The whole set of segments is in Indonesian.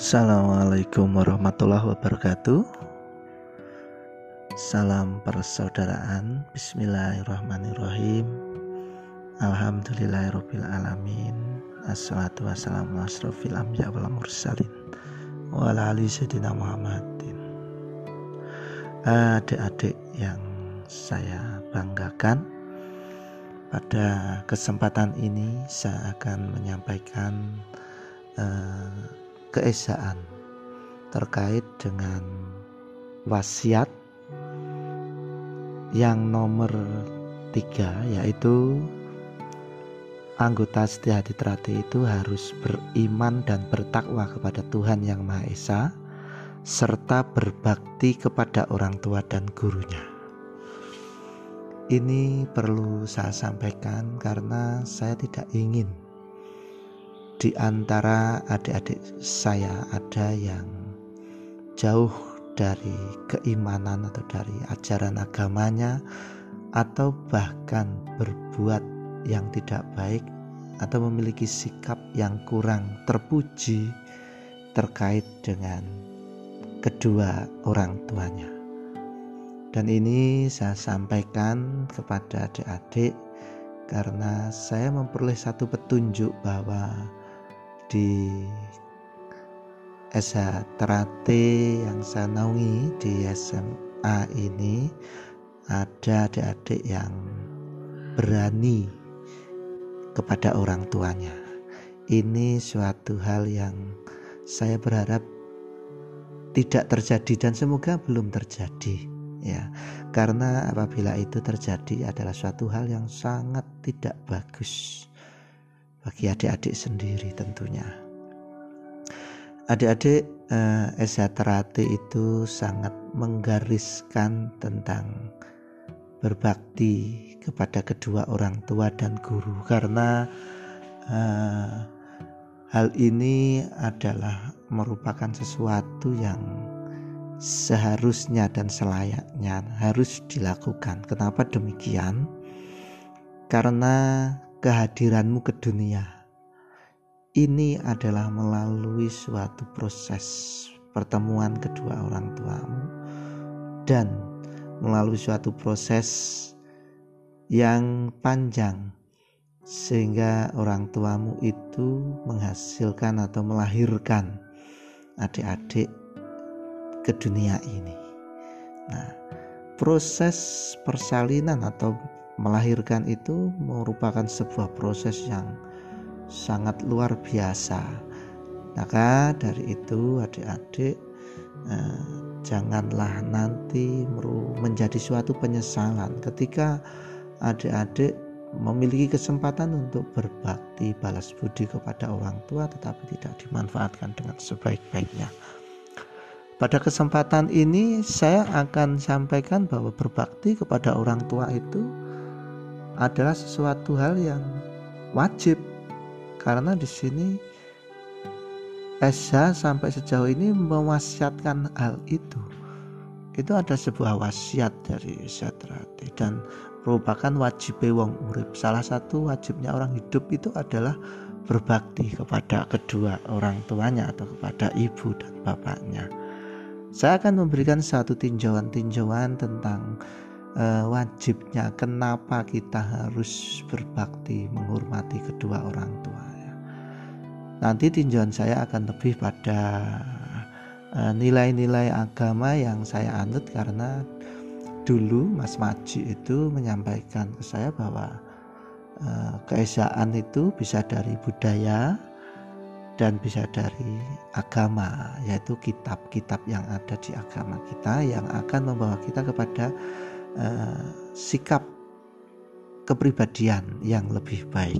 Assalamualaikum warahmatullahi wabarakatuh. Salam persaudaraan. Bismillahirrahmanirrahim. Alhamdulillahirabbil alamin. Assalatu wassalamu ala asrofil anbiya wal mursalin wa ala ali sayyidina Muhammadin. Adik-adik yang saya banggakan, pada kesempatan ini saya akan menyampaikan keesaan terkait dengan wasiat yang nomor 3, yaitu anggota setia hati terati itu harus beriman dan bertakwa kepada Tuhan Yang Maha Esa serta berbakti kepada orang tua dan gurunya. Ini perlu saya sampaikan karena saya tidak ingin di antara adik-adik saya ada yang jauh dari keimanan atau dari ajaran agamanya, atau bahkan berbuat yang tidak baik atau memiliki sikap yang kurang terpuji terkait dengan kedua orang tuanya. Dan ini saya sampaikan kepada adik-adik karena saya memperoleh satu petunjuk bahwa di SH Terate yang saya naungi di SMA ini ada adik-adik yang berani kepada orang tuanya. Ini suatu hal yang saya berharap tidak terjadi dan semoga belum terjadi, ya. Karena apabila itu terjadi adalah suatu hal yang sangat tidak bagus bagi adik-adik sendiri tentunya. Adik-adik SH Terate itu sangat menggariskan tentang berbakti kepada kedua orang tua dan guru, karena hal ini adalah merupakan sesuatu yang seharusnya dan selayaknya harus dilakukan. Kenapa demikian? Karena kehadiranmu ke dunia ini adalah melalui suatu proses pertemuan kedua orang tuamu dan melalui suatu proses yang panjang sehingga orang tuamu itu menghasilkan atau melahirkan adik-adik ke dunia ini. Nah, proses persalinan atau melahirkan itu merupakan sebuah proses yang sangat luar biasa. Maka dari itu adik-adik janganlah nanti menjadi suatu penyesalan ketika adik-adik memiliki kesempatan untuk berbakti balas budi kepada orang tua tetapi tidak dimanfaatkan dengan sebaik-baiknya. Pada kesempatan ini saya akan sampaikan bahwa berbakti kepada orang tua itu adalah sesuatu hal yang wajib, karena di sini SH sampai sejauh ini mewasiatkan hal itu. Itu ada sebuah wasiat dari SH Terate dan merupakan wajib wong urip. Salah satu wajibnya orang hidup itu adalah berbakti kepada kedua orang tuanya atau kepada ibu dan bapaknya. Saya akan memberikan satu tinjauan-tinjauan tentang wajibnya kenapa kita harus berbakti menghormati kedua orang tua, ya. Nanti tinjauan saya akan lebih pada nilai-nilai agama yang saya anut, karena dulu Mas Maji itu menyampaikan ke saya bahwa keesaan itu bisa dari budaya dan bisa dari agama, yaitu kitab-kitab yang ada di agama kita yang akan membawa kita kepada sikap kepribadian yang lebih baik.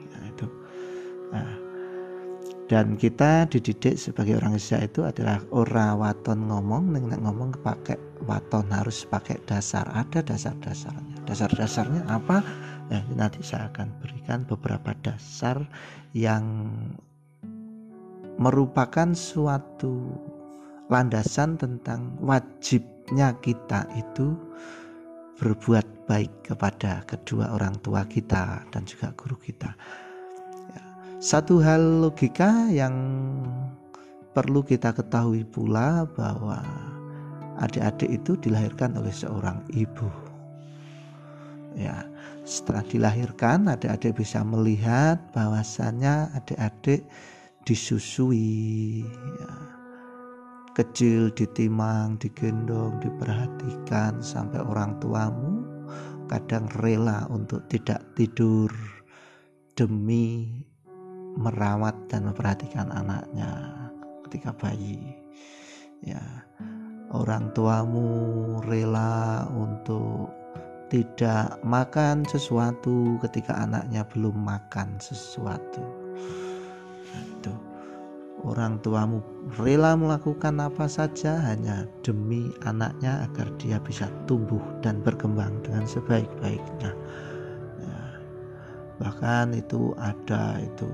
Dan kita dididik sebagai orang Indonesia itu adalah ora waton ngomong, nek ngomong pakai waton harus pakai dasar. Ada dasar-dasarnya. Dasar-dasarnya apa? Ya, nanti saya akan berikan beberapa dasar yang merupakan suatu landasan tentang wajibnya kita itu berbuat baik kepada kedua orang tua kita dan juga guru kita. Satu hal logika yang perlu kita ketahui pula bahwa adik-adik itu dilahirkan oleh seorang ibu. Ya, setelah dilahirkan adik-adik bisa melihat bahwasannya adik-adik disusui, ya, kecil ditimang, digendong, diperhatikan sampai orang tuamu kadang rela untuk tidak tidur demi merawat dan memperhatikan anaknya ketika bayi. Ya, orang tuamu rela untuk tidak makan sesuatu ketika anaknya belum makan sesuatu. Itu. Orang tuamu rela melakukan apa saja hanya demi anaknya agar dia bisa tumbuh dan berkembang dengan sebaik-baiknya. Ya. Bahkan itu ada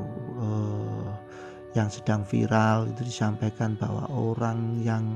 yang sedang viral itu disampaikan bahwa orang yang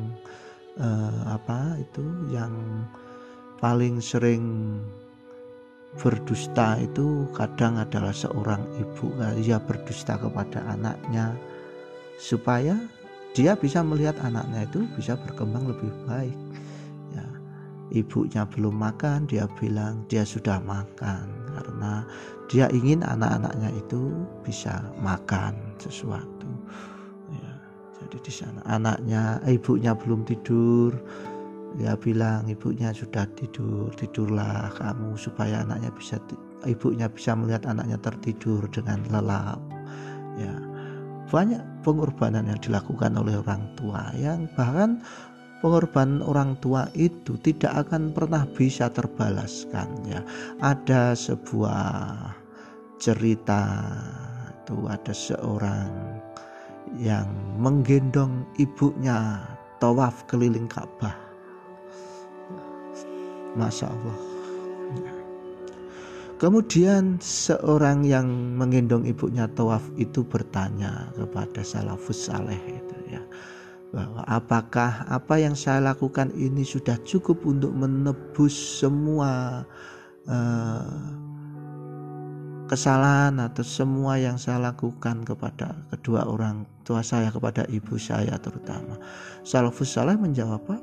yang paling sering berdusta itu kadang adalah seorang ibu. Dia berdusta kepada anaknya supaya dia bisa melihat anaknya itu bisa berkembang lebih baik. Ya, ibunya belum makan, dia bilang dia sudah makan karena dia ingin anak-anaknya itu bisa makan sesuatu. Ya, jadi di sana ibunya belum tidur, dia bilang ibunya sudah tidur, tidurlah kamu supaya ibunya bisa melihat anaknya tertidur dengan lelap. Ya, banyak pengorbanan yang dilakukan oleh orang tua, yang bahkan pengorbanan orang tua itu tidak akan pernah bisa terbalaskan. Ya, ada sebuah cerita itu ada seorang yang menggendong ibunya tawaf keliling Ka'bah. Masya Allah. Kemudian seorang yang menggendong ibunya tawaf itu bertanya kepada salafus saleh itu, ya, bahwa apakah apa yang saya lakukan ini sudah cukup untuk menebus semua kesalahan atau semua yang saya lakukan kepada kedua orang tua saya, kepada ibu saya terutama. Salafus saleh menjawab, apa?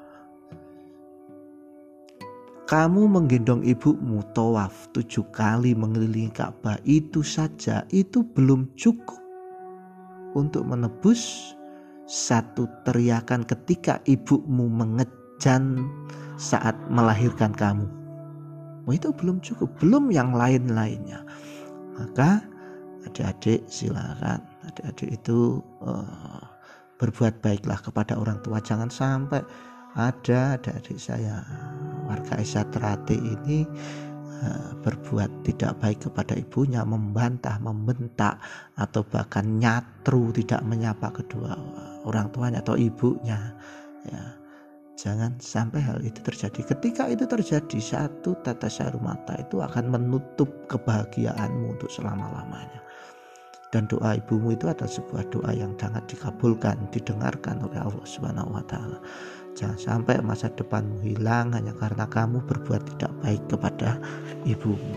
Kamu menggendong ibumu tawaf 7 kali mengelilingi Ka'bah, itu saja itu belum cukup untuk menebus satu teriakan ketika ibumu mengejan saat melahirkan kamu. Itu belum cukup, belum yang lain-lainnya. Maka adik-adik silakan, adik-adik itu berbuat baiklah kepada orang tua. Jangan sampai ada adik saya warga Aisyah ini berbuat tidak baik kepada ibunya, membantah, membentak, atau bahkan nyatru, tidak menyapa kedua orang tuanya atau ibunya. Ya, jangan sampai hal itu terjadi. Ketika itu terjadi, satu tetes air mata itu akan menutup kebahagiaanmu untuk selama-lamanya. Dan doa ibumu itu adalah sebuah doa yang sangat dikabulkan, didengarkan oleh Allah Subhanahu wa taala. Jangan sampai masa depanmu hilang hanya karena kamu berbuat tidak baik kepada ibumu.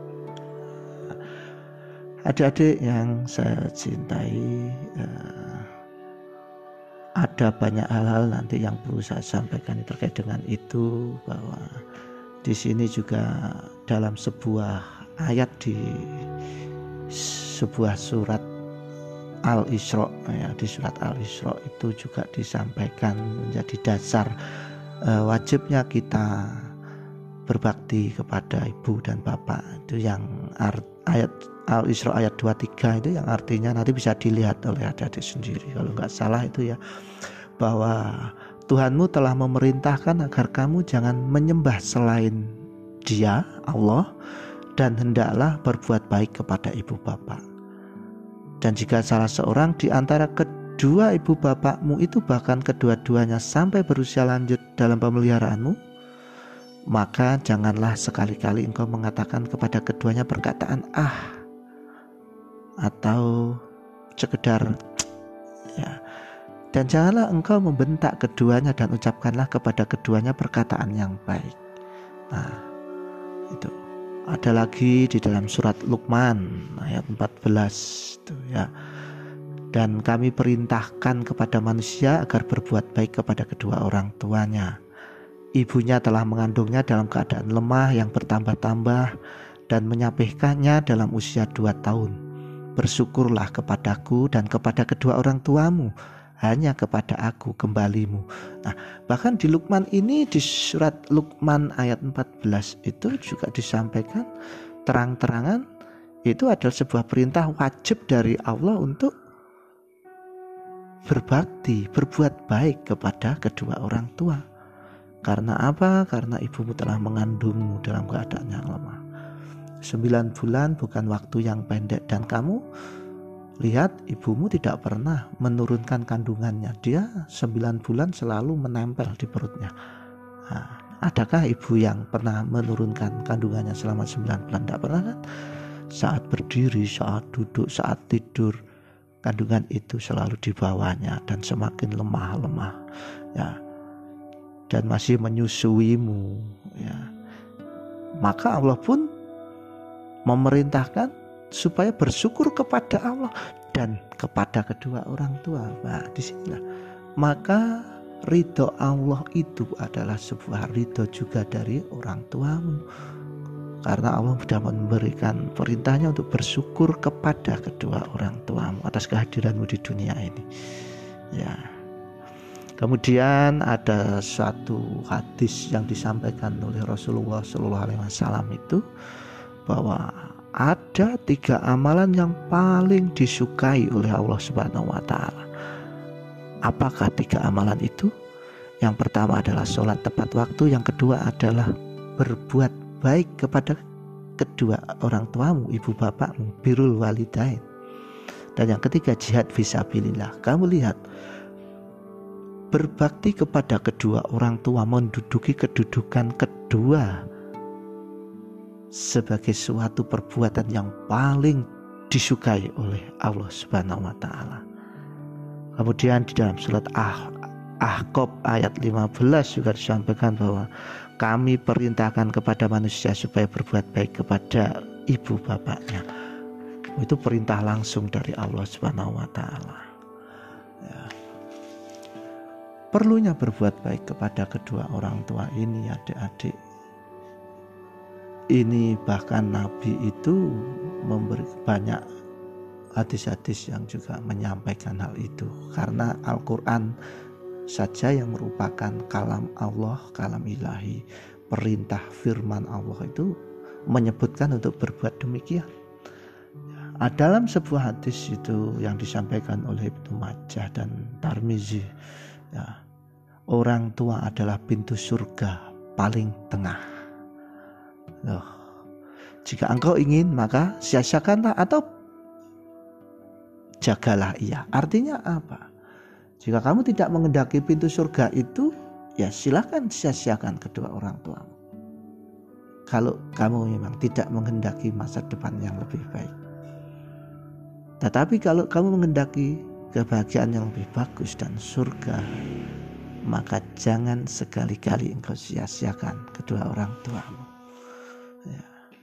Adik-adik yang saya cintai, ada banyak hal-hal nanti yang perlu saya sampaikan terkait dengan itu, bahwa di sini juga dalam sebuah ayat di sebuah surat Al-Isra, ya, di surat Al-Isra itu juga disampaikan menjadi dasar wajibnya kita berbakti kepada ibu dan bapak. Itu yang ayat Al-Isra ayat 23 itu yang artinya nanti bisa dilihat oleh adik-adik sendiri kalau nggak salah itu, ya, bahwa Tuhanmu telah memerintahkan agar kamu jangan menyembah selain Dia, Allah, dan hendaklah berbuat baik kepada ibu bapak. Dan jika salah seorang di antara kedua ibu bapakmu itu, bahkan kedua-duanya sampai berusia lanjut dalam pemeliharaanmu, maka janganlah sekali-kali engkau mengatakan kepada keduanya perkataan atau sekedar ya. Dan janganlah engkau membentak keduanya, dan ucapkanlah kepada keduanya perkataan yang baik. Nah, itu ada lagi di dalam surat Luqman ayat 14 itu, ya. Dan kami perintahkan kepada manusia agar berbuat baik kepada kedua orang tuanya. Ibunya telah mengandungnya dalam keadaan lemah yang bertambah-tambah dan menyapihkannya dalam usia 2 tahun. Bersyukurlah kepadaku dan kepada kedua orang tuamu, hanya kepada aku kembalimu. Nah, bahkan di Luqman ini, di surat Luqman ayat 14 itu juga disampaikan terang-terangan, itu adalah sebuah perintah wajib dari Allah untuk berbakti, berbuat baik kepada kedua orang tua. Karena apa? Karena ibumu telah mengandungmu dalam keadaan yang lemah. 9 bulan bukan waktu yang pendek, dan kamu lihat ibumu tidak pernah menurunkan kandungannya. Dia 9 bulan selalu menempel di perutnya. Nah, adakah ibu yang pernah menurunkan kandungannya selama 9 bulan? Tidak pernah kan? Saat berdiri, saat duduk, saat tidur, kandungan itu selalu dibawanya dan semakin lemah ya, dan masih menyusuimu ya. Maka Allah pun memerintahkan supaya bersyukur kepada Allah dan kepada kedua orang tua. Nah, disinilah maka ridho Allah itu adalah sebuah ridho juga dari orang tuamu, karena Allah sudah memberikan perintahnya untuk bersyukur kepada kedua orang tuamu atas kehadiranmu di dunia ini ya. Kemudian ada suatu hadis yang disampaikan oleh Rasulullah SAW itu, bahwa ada 3 amalan yang paling disukai oleh Allah Subhanahu wa Ta'ala. Apakah 3 amalan itu? Yang pertama adalah sholat tepat waktu, yang kedua adalah berbuat baik kepada kedua orang tuamu, ibu bapakmu, birrul walidain, dan yang ketiga jihad fisabilillah. Kamu lihat, berbakti kepada kedua orang tua menduduki kedudukan kedua sebagai suatu perbuatan yang paling disukai oleh Allah Subhanahu wa Ta'ala. Kemudian di dalam surat Ahqaf ayat 15 juga disampaikan bahwa kami perintahkan kepada manusia supaya berbuat baik kepada ibu bapaknya. Itu perintah langsung dari Allah Subhanahu wa Ta'ala ya. Perlunya berbuat baik kepada kedua orang tua ini, adik-adik. Ini bahkan Nabi itu memberi banyak hadis-hadis yang juga menyampaikan hal itu, karena Al-Quran saja yang merupakan kalam Allah, kalam ilahi, perintah firman Allah itu menyebutkan untuk berbuat demikian. Dalam sebuah hadis itu yang disampaikan oleh Ibnu Majah dan Tirmizi ya, orang tua adalah pintu surga paling tengah. Loh, jika engkau ingin maka sia-siakanlah atau jagalah ia. Artinya apa? Jika kamu tidak mengendaki pintu surga itu, ya silakan sia-siakan kedua orang tuamu. Kalau kamu memang tidak menghendaki masa depan yang lebih baik. Tetapi kalau kamu menghendaki kebahagiaan yang lebih bagus dan surga, maka jangan sekali-kali engkau sia-siakan kedua orang tuamu ya.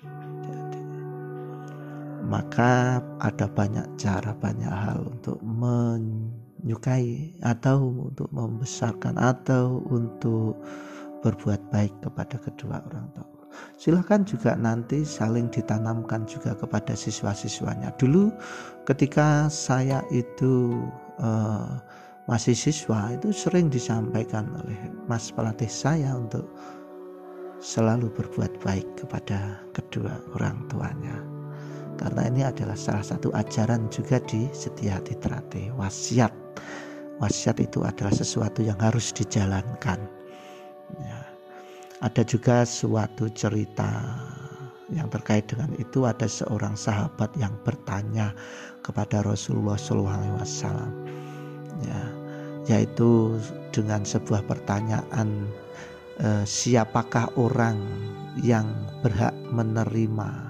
Maka ada banyak cara, banyak hal untuk menyukai atau untuk membesarkan atau untuk berbuat baik kepada kedua orang tua. Silakan juga nanti saling ditanamkan juga kepada siswa-siswanya. Dulu ketika saya itu masih siswa, itu sering disampaikan oleh Mas pelatih saya untuk selalu berbuat baik kepada kedua orang tuanya. Karena ini adalah salah satu ajaran juga di Setia-Hati Teratai, wasiat. Wasiat itu adalah sesuatu yang harus dijalankan ya. Ada juga suatu cerita yang terkait dengan itu. Ada seorang sahabat yang bertanya kepada Rasulullah SAW ya, yaitu dengan sebuah pertanyaan, siapakah orang yang berhak menerima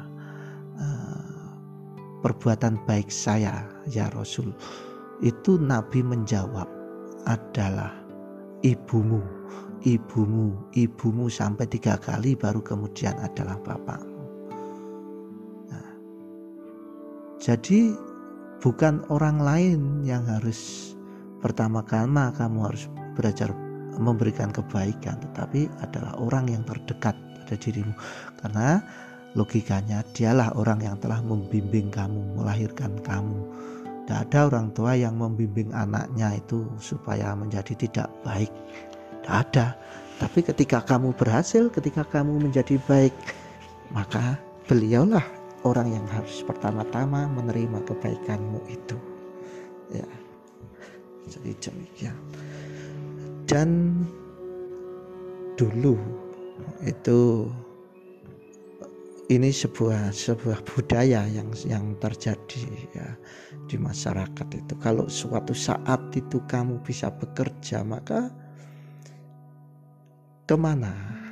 perbuatan baik saya ya Rasul? Itu Nabi menjawab, adalah ibumu, ibumu, ibumu sampai 3 kali, baru kemudian adalah bapakmu. Nah, jadi bukan orang lain yang harus pertama-tama kamu harus belajar memberikan kebaikan, tetapi adalah orang yang terdekat pada dirimu, karena logikanya dialah orang yang telah membimbing kamu, melahirkan kamu. Tidak ada orang tua yang membimbing anaknya itu supaya menjadi tidak baik, tidak ada. Tapi ketika kamu berhasil, ketika kamu menjadi baik, maka beliaulah orang yang harus pertama-tama menerima kebaikanmu itu. Ya, jadi demikian. Dan dulu itu ini sebuah budaya yang terjadi ya di masyarakat itu. Kalau suatu saat itu kamu bisa bekerja, maka kemana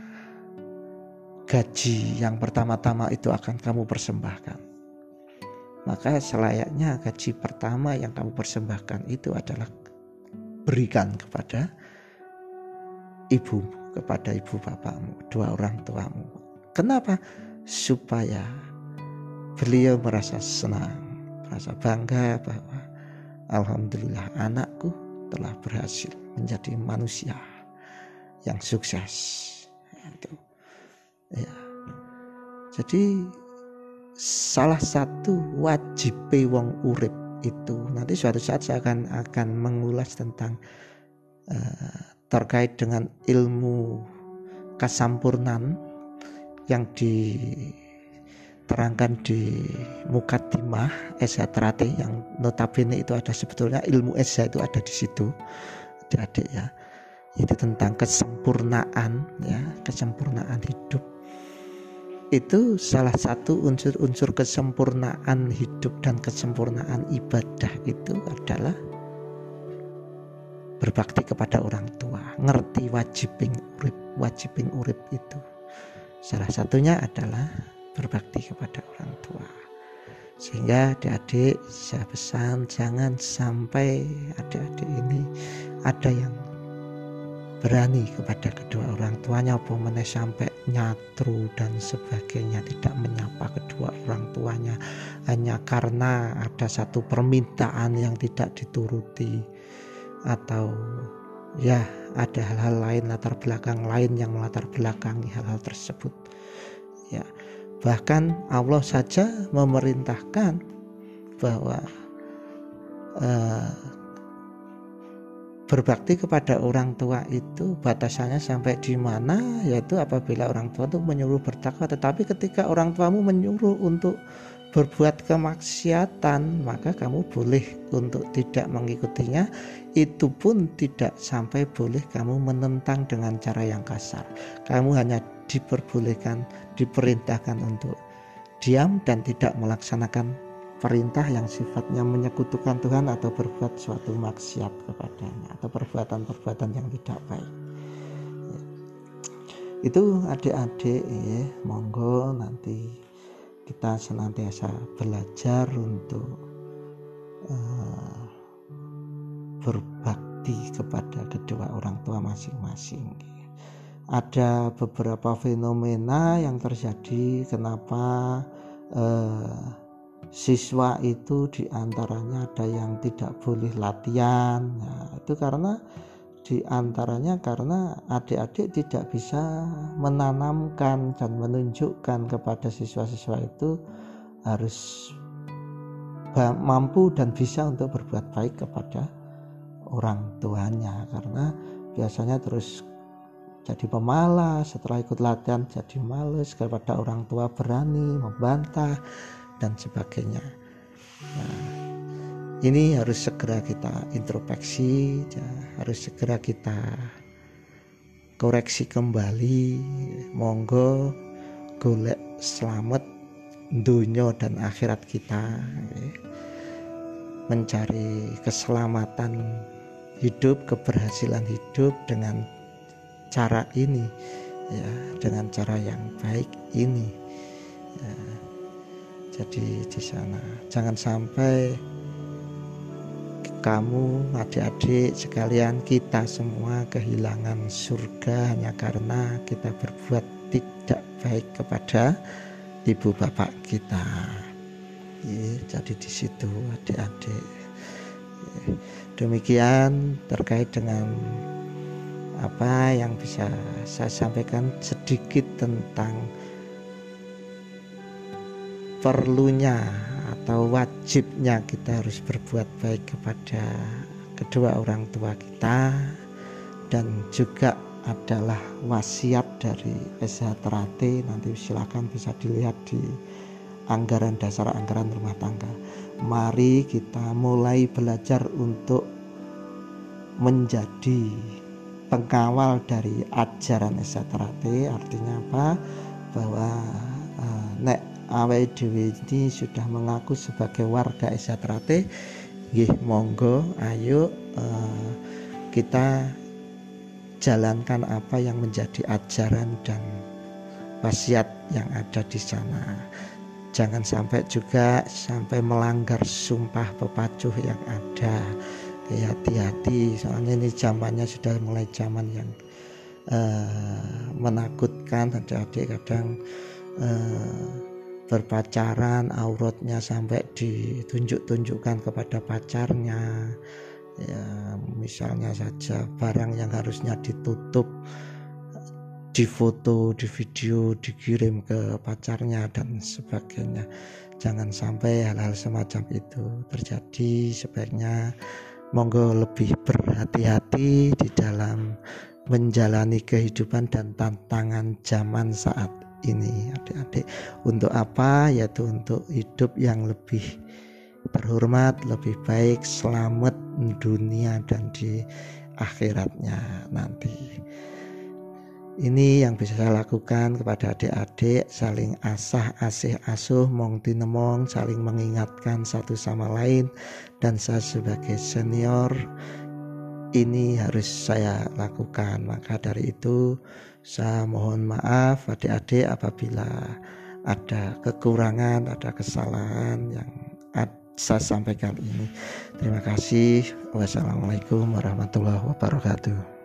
gaji yang pertama-tama itu akan kamu persembahkan? Maka selayaknya gaji pertama yang kamu persembahkan itu adalah berikan kepada ibu bapakmu, dua orang tuamu. Kenapa? Supaya beliau merasa senang, merasa bangga bahwa alhamdulillah anakku telah berhasil menjadi manusia yang sukses. Itu. Ya. Jadi salah satu wajib wong urip itu, nanti suatu saat saya akan mengulas tentang terkait dengan ilmu kasampurnan yang diterangkan di Mukaddimah Eshatrate, yang notabene itu ada sebetulnya ilmu Esha itu ada di situ, adik-adik ya. Itu tentang kesempurnaan ya, kesempurnaan hidup. Itu salah satu unsur-unsur kesempurnaan hidup dan kesempurnaan ibadah itu adalah berbakti kepada orang tua, ngerti wajibing urip itu. Salah satunya adalah berbakti kepada orang tua. Sehingga adik-adik saya pesan, jangan sampai adik-adik ini ada yang berani kepada kedua orang tuanya, apa meneh sampai nyatru dan sebagainya, tidak menyapa kedua orang tuanya hanya karena ada satu permintaan yang tidak dituruti, atau ya ada hal-hal lain, latar belakang lain yang melatar belakangi hal-hal tersebut. Ya, bahkan Allah saja memerintahkan bahwa berbakti kepada orang tua itu batasannya sampai di mana, yaitu apabila orang tua itu menyuruh bertakwa. Tetapi ketika orang tuamu menyuruh untuk berbuat kemaksiatan, maka kamu boleh untuk tidak mengikutinya. Itu pun tidak sampai boleh kamu menentang dengan cara yang kasar. Kamu hanya diperintahkan untuk diam dan tidak melaksanakan perintah yang sifatnya menyekutukan Tuhan atau berbuat suatu maksiat kepadanya atau perbuatan-perbuatan yang tidak baik. Itu adik-adik ya, monggo nanti kita senantiasa belajar untuk berbakti kepada kedua orang tua masing-masing. Ada beberapa fenomena yang terjadi kenapa siswa itu diantaranya ada yang tidak boleh latihan. Nah, itu karena diantaranya karena adik-adik tidak bisa menanamkan dan menunjukkan kepada siswa-siswa itu harus mampu dan bisa untuk berbuat baik kepada orang tuanya, karena biasanya terus jadi pemalas, setelah ikut latihan jadi males, kepada orang tua berani membantah dan sebagainya. Nah, ini harus segera kita introspeksi, ya, harus segera kita koreksi kembali. Monggo golek selamat dunia dan akhirat kita, ya. Mencari keselamatan hidup, keberhasilan hidup dengan cara ini, ya, dengan cara yang baik ini, ya. Jadi di sana jangan sampai kamu, adik-adik sekalian, kita semua kehilangan surga hanya karena kita berbuat tidak baik kepada ibu bapak kita. Jadi di situ adik-adik. Demikian terkait dengan apa yang bisa saya sampaikan sedikit tentang perlunya atau wajibnya kita harus berbuat baik kepada kedua orang tua kita, dan juga adalah wasiat dari SH Terate. Nanti silakan bisa dilihat di anggaran dasar anggaran rumah tangga. Mari kita mulai belajar untuk menjadi pengawal dari ajaran SH Terate. Artinya apa? Bahwa nek awake dhewe ini sudah mengaku sebagai warga SH Terate, nggih monggo ayo kita jalankan apa yang menjadi ajaran dan wasiat yang ada di sana. Jangan sampai juga sampai melanggar sumpah pepacuh yang ada. Hati-hati, soalnya ini zamannya sudah mulai zaman yang menakutkan. Adik-adik kadang berpacaran, auratnya sampai ditunjuk-tunjukkan kepada pacarnya. Ya, misalnya saja barang yang harusnya ditutup, difoto, di video, dikirim ke pacarnya dan sebagainya. Jangan sampai hal-hal semacam itu terjadi. Sebaiknya monggo lebih berhati-hati di dalam menjalani kehidupan dan tantangan zaman saat ini, adik-adik. Untuk apa? Yaitu untuk hidup yang lebih terhormat, lebih baik, selamat dunia dan di akhiratnya nanti. Ini yang bisa saya lakukan kepada adik-adik, saling asih asuh, mong tinemong, saling mengingatkan satu sama lain. Dan saya sebagai senior ini harus saya lakukan. Maka dari itu saya mohon maaf adik-adik apabila ada kekurangan, ada kesalahan yang saya sampaikan ini. Terima kasih. Wassalamualaikum warahmatullahi wabarakatuh.